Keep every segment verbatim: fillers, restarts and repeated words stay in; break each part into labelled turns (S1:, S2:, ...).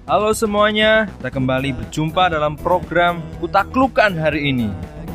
S1: Halo semuanya, kita kembali berjumpa dalam program Kutaklukan hari ini.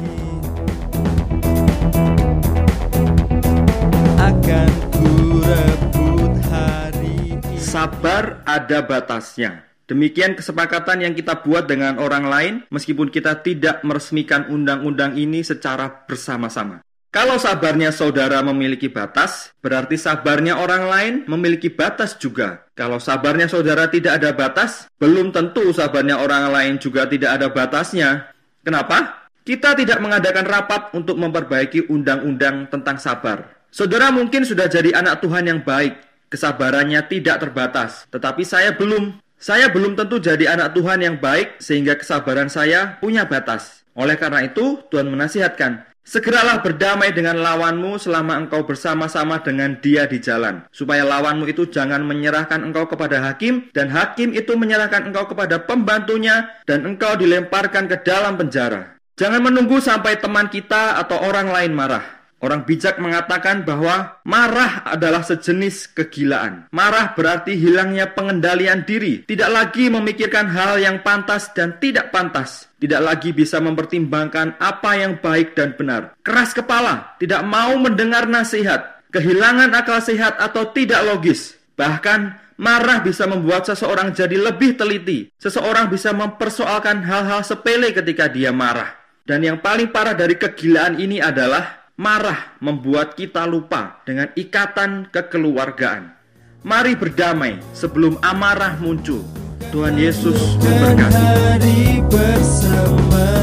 S2: Akan kurebut hari ini.
S3: Sabar ada batasnya. Demikian kesepakatan yang kita buat dengan orang lain, meskipun kita tidak meresmikan undang-undang ini secara bersama-sama. Kalau sabarnya saudara memiliki batas, berarti sabarnya orang lain memiliki batas juga. Kalau sabarnya saudara tidak ada batas, belum tentu sabarnya orang lain juga tidak ada batasnya. Kenapa? Kita tidak mengadakan rapat untuk memperbaiki undang-undang tentang sabar. Saudara mungkin sudah jadi anak Tuhan yang baik, kesabarannya tidak terbatas, tetapi saya belum. Saya belum tentu jadi anak Tuhan yang baik sehingga kesabaran saya punya batas. Oleh karena itu, Tuhan menasihatkan, segeralah berdamai dengan lawanmu selama engkau bersama-sama dengan dia di jalan, supaya lawanmu itu jangan menyerahkan engkau kepada hakim, dan hakim itu menyerahkan engkau kepada pembantunya, dan engkau dilemparkan ke dalam penjara. Jangan menunggu sampai teman kita atau orang lain marah. Orang bijak mengatakan bahwa marah adalah sejenis kegilaan. Marah berarti hilangnya pengendalian diri, tidak lagi memikirkan hal yang pantas dan tidak pantas, tidak lagi bisa mempertimbangkan apa yang baik dan benar. Keras kepala, tidak mau mendengar nasihat, kehilangan akal sehat atau tidak logis. Bahkan marah bisa membuat seseorang jadi lebih teliti. Seseorang bisa mempersoalkan hal-hal sepele ketika dia marah. Dan yang paling parah dari kegilaan ini adalah marah membuat kita lupa dengan ikatan kekeluargaan. Mari berdamai sebelum amarah muncul. Tuhan Yesus memberkati.